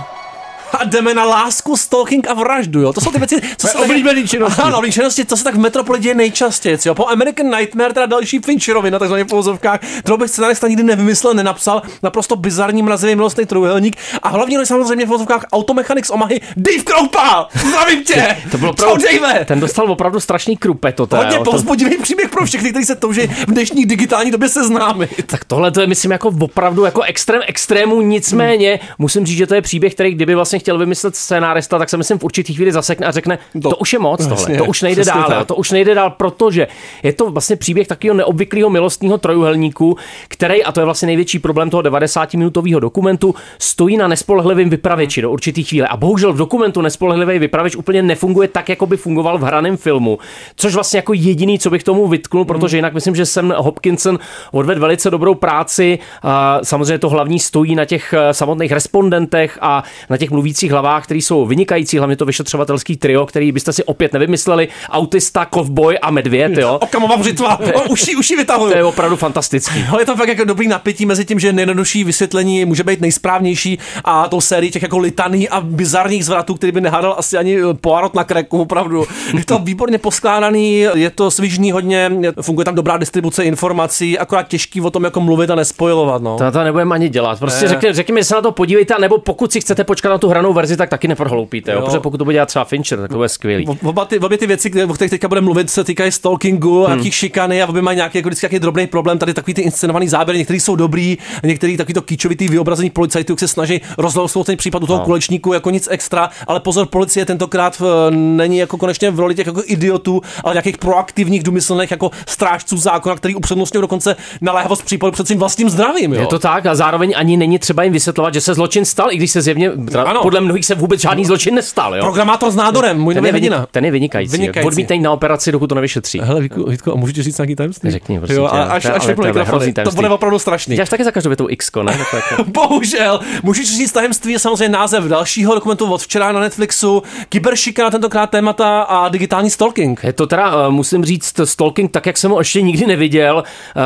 A jdeme na lásku, stalking a vraždu, jo. To jsou ty věci, co se oblíbený činnosti. Ano, oblíbený činnosti, to se tak v Metropoli děje nejčastěji, jo. Po American Nightmare, teda další Fincherovi, na takzvaných pouzovkách, kterou bych scenárista nikdy nevymyslel, nenapsal, naprosto bizarní mrazivý milostný trojúhelník a hlavně no, samozřejmě v pouzovkách automechanik z Omahy, Dave Kroupa! Zdravím tě! To bylo ten dostal opravdu strašný krupeto. Hodně povzbudivý příběh pro všechny, kteří se touží v dnešní digitální době seznámit. Tak tohle to je, myslím, jako opravdu jako extrému, nicméně musím říct, že to je příběh, který kdyby vlastně chtěl vymyslet scénárista, tak se myslím v určitý chvíli zasekne a řekne, to už je moc tohle, to už nejde dál, to už nejde dál, protože je to vlastně příběh takového neobvyklého milostního trojúhelníku, který, a to je vlastně největší problém toho 90-minutového dokumentu, stojí na nespolehlivém vypravěči do určitý chvíle. A bohužel v dokumentu nespolehlivý vypravěč úplně nefunguje tak, jako by fungoval v hraném filmu. Což vlastně jako jediný, co bych tomu vytknul, protože jinak myslím, že Sam Hopkinson odvedl velice dobrou práci. Samozřejmě to hlavní stojí na těch samotných respondentech a na těch mluvících hlavách, který jsou vynikající, hlavně to vyšetřovatelský trio, který byste si opět nevymysleli, autista, kovboj a medvěd, jo. Okamova břitva, uši vytahuju. To je opravdu fantastický. Ale je tam fakt jako dobrý napětí mezi tím, že nejjednodušší vysvětlení může být nejsprávnější a tou sérii těch jako litaný a bizarních zvratů, který by nehádal asi ani Poirot na kreku, opravdu. Je to výborně poskládaný, je to svižný hodně, funguje tam dobrá distribuce informací, akorát těžký o tom jako mluvit a nespojovat, no. To nebudeme ani dělat. Prostě řekněme se na to podívejte, nebo pokud si chcete počkat na tu hranou verzi, tak taky neprohloupíte, jo? Protože pokud to bude dělat třeba Fincher, tak to bude skvělý. Obě ty věci, o kterých teďka budeme mluvit, se týkají stalkingu, nějakých šikany a obě mají nějaký jako vždycky nějaký drobný problém. Tady takový ty inscenovaný záběry, některý jsou dobrý, některý takový to kýčovitý vyobrazení policajtů, se snaží rozlousnout ten případ u toho kulečníku jako nic extra, ale pozor, policie tentokrát není jako konečně v roli těch jako idiotů, ale nějakých proaktivních, důmyslných jako strážců zákona, který upřednostňují dokonce naléhavost případu před svým vlastním zdravím, jo. Je to tak a zároveň ani není třeba jim vysvětlovat, že se zločin stal, i když se zjevně podle mnohých se vůbec žádný zločin nestal, jo. Programátor s nádorem, můj nový hrdina. Ten je vynikající. Odmítej na operaci, dokud to nevyšetří. Hele, Vítko, a můžeš říct nějaký tajemství? Řekni, prosím. Až vypnu mikrofon. To bude opravdu strašný. Děláš taky za každou větou X-ko, ne? Bohužel, můžeš říct tajemství, je samozřejmě název dalšího dokumentu od včera na Netflixu, kyberšikana, tentokrát témata a digitální stalking. Je to teda, musím říct, stalking tak, jak jsem ho ještě nikdy neviděl.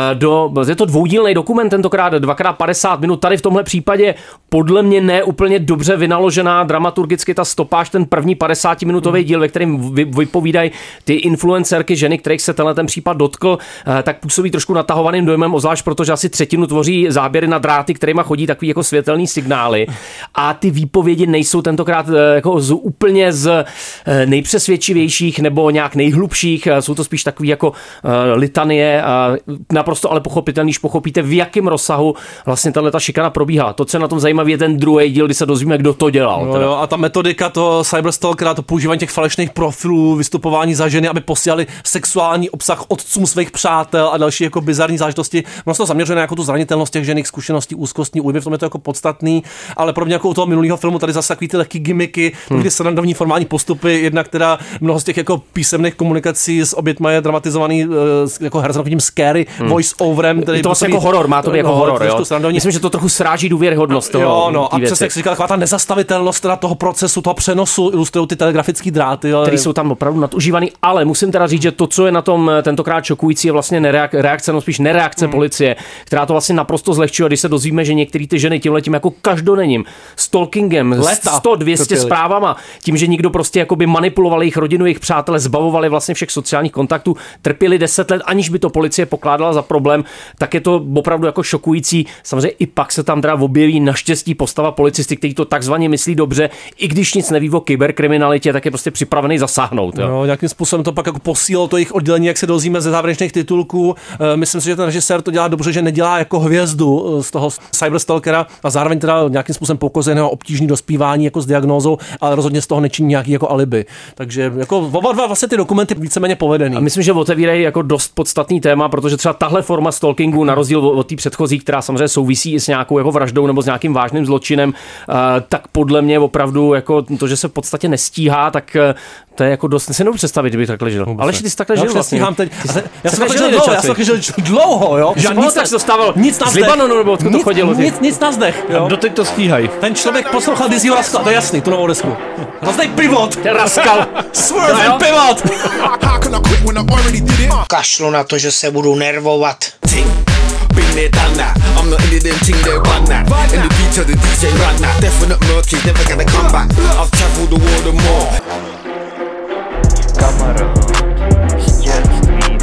Je to dvoudílný dokument, tentokrát 2x50 minut. Tady v tomhle případě podle mě ne úplně dobře vynaložená dramaturgicky ta stopáž, ten první 50-minutový díl, ve kterém vypovídají ty influencerky ženy, kterých se tenhle ten případ dotkl, tak působí trošku natahovaným dojmem, ozvlášť protože asi třetinu tvoří záběry na dráty, kterýma chodí takový jako světelný signály. A ty výpovědi nejsou tentokrát jako úplně z nejpřesvědčivějších nebo nějak nejhlubších, jsou to spíš takový jako litanie, naprosto ale pochopitelný, když pochopíte, v jakém rozsahu vlastně tato šikana probíhá. To, co je na tom zajímavé, je ten druhý díl, kdy se dozvíme, kdo to dělal. Jo, a ta metodika, to cyberstalkera, to používání těch falešných profilů, vystupování za ženy, aby posílali sexuální obsah otcům svých přátel a další jako bizarní záležitosti. Ono to zaměřuje na jako tu zranitelnost těch žených zkušeností, úzkostní újmy, v tom je to jako podstatný, ale pro mě jako u toho minulého filmu tady zase takový ty lehký gimmicky, ty srandovní formální postupy, jednak teda mnoho z těch jako písemných komunikací s obětma je dramatizovaný jako hercem scary voice overem, je to vlastně jako horor, má to být jako horor, jo. Myslím, že to trochu sráží důvěryhodnost toho. Jo, no, a přesně jak si říkal, taková ta nezastavitelnost teda toho procesu, toho přenosu, ilustrují ty telegrafické dráty, které jsou tam opravdu nadužívaný, ale musím teda říct, že to, co je na tom tentokrát šokující, je vlastně reakce, no spíš nereakce policie, která to vlastně naprosto zlehčuje, když se dozvíme, že některé ty ženy tímhletím jako každodenním stalkingem, 100-200 zprávama, tím, že někdo prostě jakoby manipuloval jejich rodinu, jejich přátele, zbavovali vlastně všech sociálních kontaktů, trpěli 10 let, aniž by to policie pokládala za problém, tak je to opravdu jako šokující. Samozřejmě i pak se tam teda objeví naštěstí postava policisty, který to takzvaně myslí dobře, i když nic neví o kyberkriminalitě, tak je prostě připravený zasáhnout. Jo. No, nějakým způsobem to pak jako posílilo to jejich oddělení, jak se dozvíme ze závěrečných titulků. Myslím si, že ten režisér to dělá dobře, že nedělá jako hvězdu z toho cyberstalkera a zároveň teda nějakým způsobem pokozeného obtížný dospívání jako s diagnózou, ale rozhodně z toho nečiní nějaký jako alibi. Takže jako oba dva vlastně ty dokumenty víceméně povedený. A myslím, že otevírají jako dost podstatný téma, protože třeba tahle forma stalkingu na rozdíl od té předchozí, která samozřejmě souvisí i s nějakou jako vraždou nebo s nějakým vážným zločinem, tak podle mě opravdu jako to, že se v podstatě nestíhá, tak to je jako dost, si nebudu představit, kdyby takhle žil. Ale ty jsi takhle žil vlastně. Já jsem takhle žil dlouho, jo. Nic tak se dostával z Libanonu, nebo odkud to chodilo. Nic na zdech. A doteď to stíhají. Ten člověk poslouchal Dizzyho Raskala, to je jasný, tu novou desku. Rozdej pivot. Ten Raskal. Swerve and pivot. Kašlu na to, že se budu nervovat. Been there, done that. I'm not into them thing, they run that. In the beat of the DJ run that. Definite murky, never gonna come back. I've travelled the world and more. Kamarád, z dětství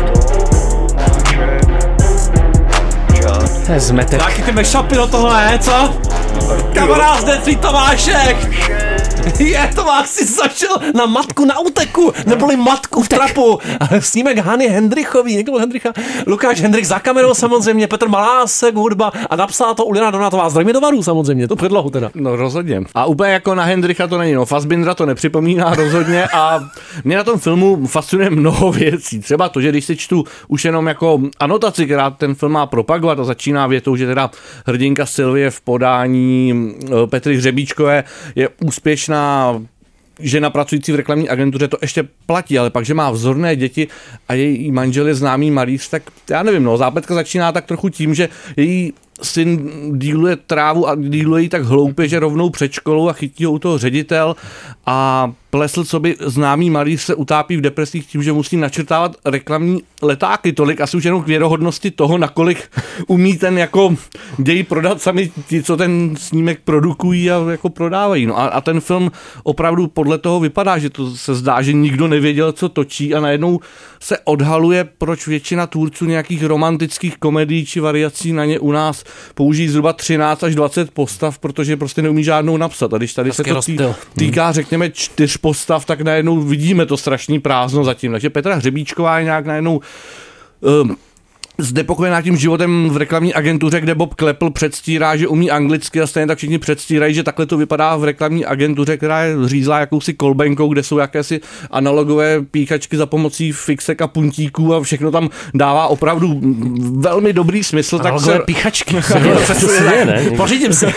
to je zmetek. Taky ty mešapy do tohle, co? Kamarád z dětství Tomášek. To má si zašel na matku na úteku, neboli matku v trapu. Snímek Hany Hendrichový, někdo Hendricha, Lukáš Hendrich za kamerou samozřejmě, Petr Malásek, hudba a napsala to Uliana Donatová z Drojmidovarů samozřejmě, tu předlohu teda. No rozhodně. A úplně jako na Hendricha to není, no Fassbindera to nepřipomíná rozhodně a mě na tom filmu fascinuje mnoho věcí. Třeba to, že když si čtu už jenom jako anotaci, která ten film má propagovat a začíná větou, že teda hrdinka Sylvie v podání Petry Hřebíčkové je úspěšná žena pracující v reklamní agentuře, to ještě platí, ale pak, že má vzorné děti a její manžel je známý malíř, tak já nevím, no, zápletka začíná tak trochu tím, že její syn díluje trávu a díluje ji tak hloupě, že rovnou před školou a chytí ho u toho ředitel a Plesl, co by známý malíř, se utápí v depresích tím, že musí načrtávat reklamní letáky. Tolik asi už jenom k věrohodnosti toho, nakolik umí ten jako děj prodat sami ti, co ten snímek produkují a jako prodávají. No a ten film opravdu podle toho vypadá, že to se zdá, že nikdo nevěděl, co točí a najednou se odhaluje, proč většina tvůrců nějakých romantických komedií či variací na ně u nás použijí zhruba 13 až 20 postav, protože prostě neumí žádnou napsat. A když tady se to týká, řekněme, 4 postav, tak najednou vidíme to strašný prázdno zatím. Takže Petra Hřebíčková je nějak najednou znepokojená tím životem v reklamní agentuře, kde Bob Klepl předstírá, že umí anglicky a stejně tak všichni předstírají, že takhle to vypadá v reklamní agentuře, která je řízlá jakousi kolbenkou, kde jsou jakési analogové píchačky za pomocí fixek a puntíků a všechno tam dává opravdu velmi dobrý smysl. Analogové píchačky. Pořídím se.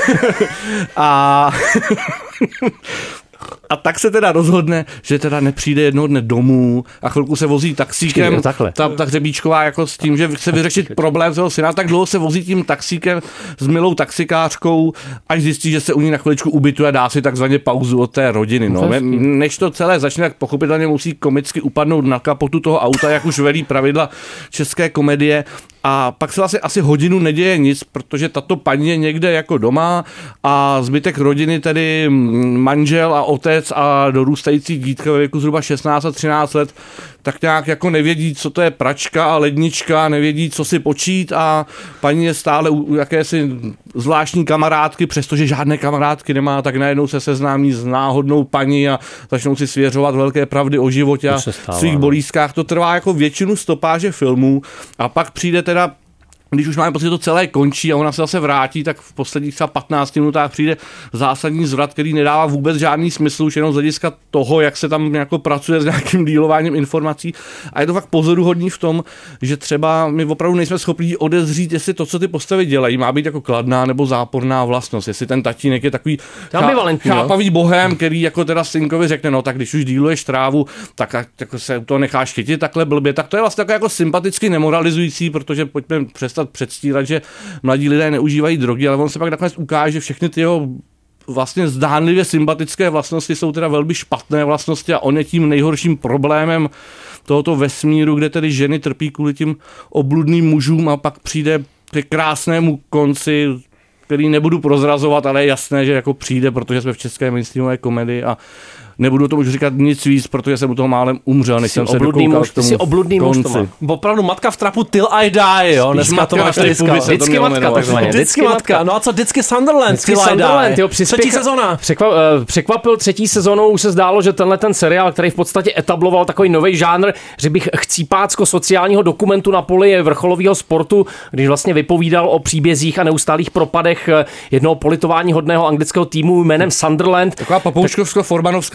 A tak se teda rozhodne, že teda nepřijde jednoho dne domů a chvilku se vozí taxíkem. Ta Hřebíčková jako s tím, že chce vyřešit problém svého syna, tak dlouho se vozí tím taxíkem s milou taxikářkou, až zjistí, že se u ní na chviličku ubytuje a dá si takzvaně pauzu od té rodiny. No. Než to celé začne, tak pochopitelně musí komicky upadnout na kapotu toho auta, jak už velí pravidla české komedie. A pak se vlastně asi hodinu neděje nic, protože tato paní je někde jako doma a zbytek rodiny, tedy manžel a otec a dorůstající dítka ve věku zhruba 16 a 13 let, tak nějak jako nevědí, co to je pračka a lednička, nevědí, co si počít a paní je stále u jakési zvláštní kamarádky, přestože žádné kamarádky nemá, tak najednou se seznámí s náhodnou paní a začnou si svěřovat velké pravdy o životě a svých bolízkách. To trvá jako většinu stopáže filmů a pak přijde teda, když už máme pocit, že to celé končí a ona se zase vrátí, tak v posledních třeba 15 minutách přijde zásadní zvrat, který nedává vůbec žádný smysl, už jenom z hlediska toho, jak se tam jako pracuje s nějakým dílováním informací. A je to fakt pozoruhodný v tom, že třeba my opravdu nejsme schopni odezřít, jestli to, co ty postavy dělají, má být jako kladná nebo záporná vlastnost. Jestli ten tatínek je takový chápavý bohem, který jako teda synkovi řekne, no tak když už díluješ trávu, tak jako se to necháš chytit takhle blbě, tak to je vlastně jako sympaticky nemoralizující, protože pojďme přestat předstírat, že mladí lidé neužívají drogy, ale on se pak nakonec ukáže, že všechny ty jeho vlastně zdánlivě sympatické vlastnosti jsou teda velmi špatné vlastnosti a on je tím nejhorším problémem tohoto vesmíru, kde tedy ženy trpí kvůli tím obludným mužům a pak přijde ke krásnému konci, který nebudu prozrazovat, ale je jasné, že jako přijde, protože jsme v české mainstreamové komedii a nebudu to už říkat nic víc, protože jsem u toho málem umřel, než jsem se dokoukal k tomu obludný muž, opravdu matka v trapu till I die, jo. Dneska to máš vždycky matka, takzvaně. Vždycky matka. No a co vždycky Sunderland, till I die. Třetí sezóna. Překvapil třetí sezónou, už se zdálo, že tenhle ten seriál, který v podstatě etabloval takový nový žánr, že bych chcípácko-sociálního dokumentu na poli vrcholového sportu, když vlastně vypovídal o příbězích a neustálých propadech jednoho politování hodného anglického týmu jménem Sunderland. Taková papouškovsko-formanovská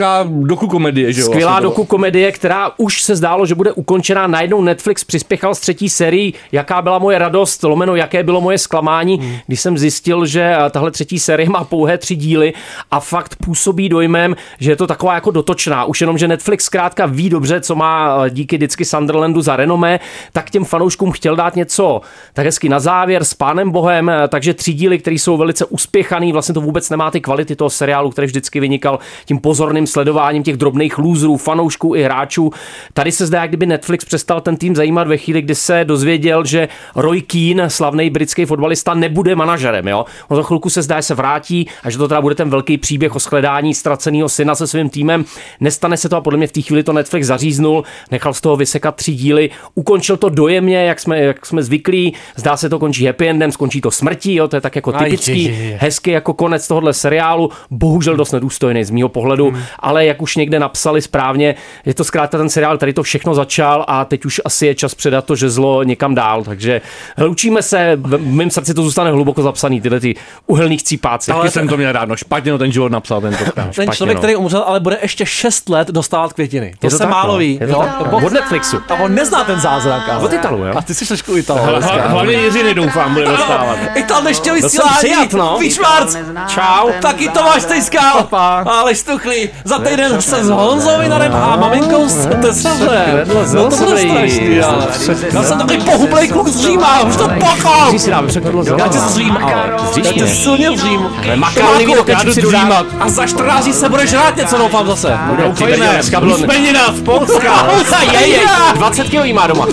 nějaká dokukomedie, že jo? Skvělá vlastně dokukomedie, která už se zdálo, že bude ukončená. Najednou Netflix přispěchal s 3. sérií. Jaká byla moje radost, lomeno jaké bylo moje zklamání, když jsem zjistil, že tahle 3. série má pouhé 3 díly a fakt působí dojmem, že je to taková jako dotočná. Už jenom, že Netflix zkrátka ví dobře, co má díky vždycky Sunderlandu za renomé, tak těm fanouškům chtěl dát něco tak hezky na závěr s Pánem Bohem, takže 3 díly, které jsou velice uspěchaný, vlastně to vůbec nemá ty kvality toho seriálu, který vždycky vynikal tím pozorným sledováním těch drobných lůzrů, fanoušků i hráčů. Tady se zdá, jak kdyby Netflix přestal ten tým zajímat ve chvíli, kdy se dozvěděl, že Roy Keane, slavný britský fotbalista, nebude manažerem. Jo? No za chvilku se zdá, že se vrátí a že to teda bude ten velký příběh o shledání ztraceného syna se svým týmem. Nestane se to a podle mě v té chvíli to Netflix zaříznul, nechal z toho vysekat 3 díly, ukončil to dojemně, jak jsme zvyklí. Zdá se to končí happy endem, skončí to smrtí, jo? To je tak jako typický, hezký jako konec tohohle seriálu. Bohužel dost nedůstojný z mýho pohledu, ale jak už někde napsali správně, je to zkrátka ten seriál, který to všechno začal a teď už asi je čas předat to žezlo někam dál. Takže loučíme se, v mém srdci to zůstane hluboko zapsaný, tyhle ty uhelný chcípáci. Taky jsem to měl rád, no špatně ten život napsal tento. Ten člověk, který umřel, ale bude ještě 6 let dostávat květiny. To se málo ví. Od Netflixu. A on nezná ten zázrak. Od Italu, jo? A ty jsi trošku Ital. Hlavně Jiřiny doufám, bude dostávat. Ital dneštěl vysílání. Víš, Marc. Čau. Taky Tomáš Tejskal. Ale stuchlý. Za týden se s Honzovinem a maminkou se tesavře. No to bude strašný. Já jsem takový pohublej kluk z Říma. Už to pochal. Já tě zřím, ale. Já tě silně zřím. Já jdu zřímat. A za 14 dní se budeš rád něco, doufám zase. Uspenina z Polska. 20 kg má doma.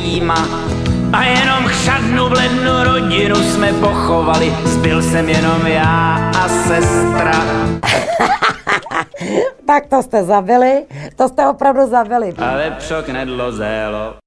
A jenom chřadnu v lednu rodinu jsme pochovali. Zbyl jsem jenom já a sestra. Tak to jste zabili, to jste opravdu zabili. Ale však nedlo zélo.